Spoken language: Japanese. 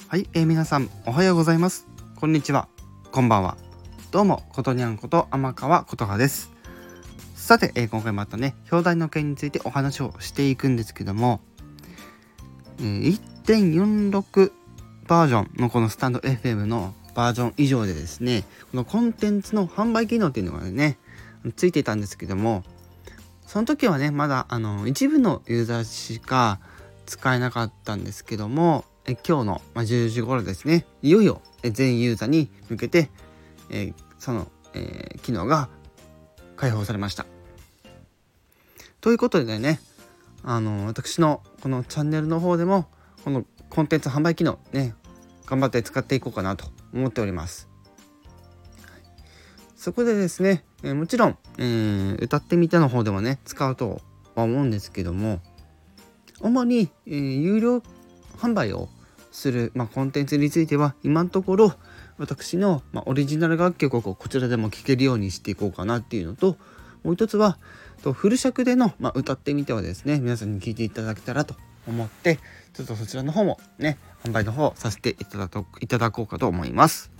はい、皆さんおはようございます。こんにちは。こんばんは。どうもことにゃんこと天川琴葉です。さて、今回またね表題の件についてお話をしていくんですけども、1.46 バージョンのこのスタンド FM のバージョン以上でですね、このコンテンツの販売機能っていうのがねついていたんですけども、その時はねまだ一部のユーザーしか使えなかったんですけども、今日の10時頃ですね、いよいよ全ユーザーに向けて、その、機能が開放されました。ということでね、私のこのチャンネルの方でもこのコンテンツ販売機能ね頑張って使っていこうかなと思っております。そこでですね、もちろん、歌ってみての方でもね使うとは思うんですけども、主に、有料販売をする、コンテンツについては今のところ私の、オリジナル楽曲をこちらでも聴けるようにしていこうかなっていうのと、もう一つはフル尺での、歌ってみてはですね皆さんに聴いていただけたらと思って、ちょっとそちらの方もね販売の方させていただこうかと思います。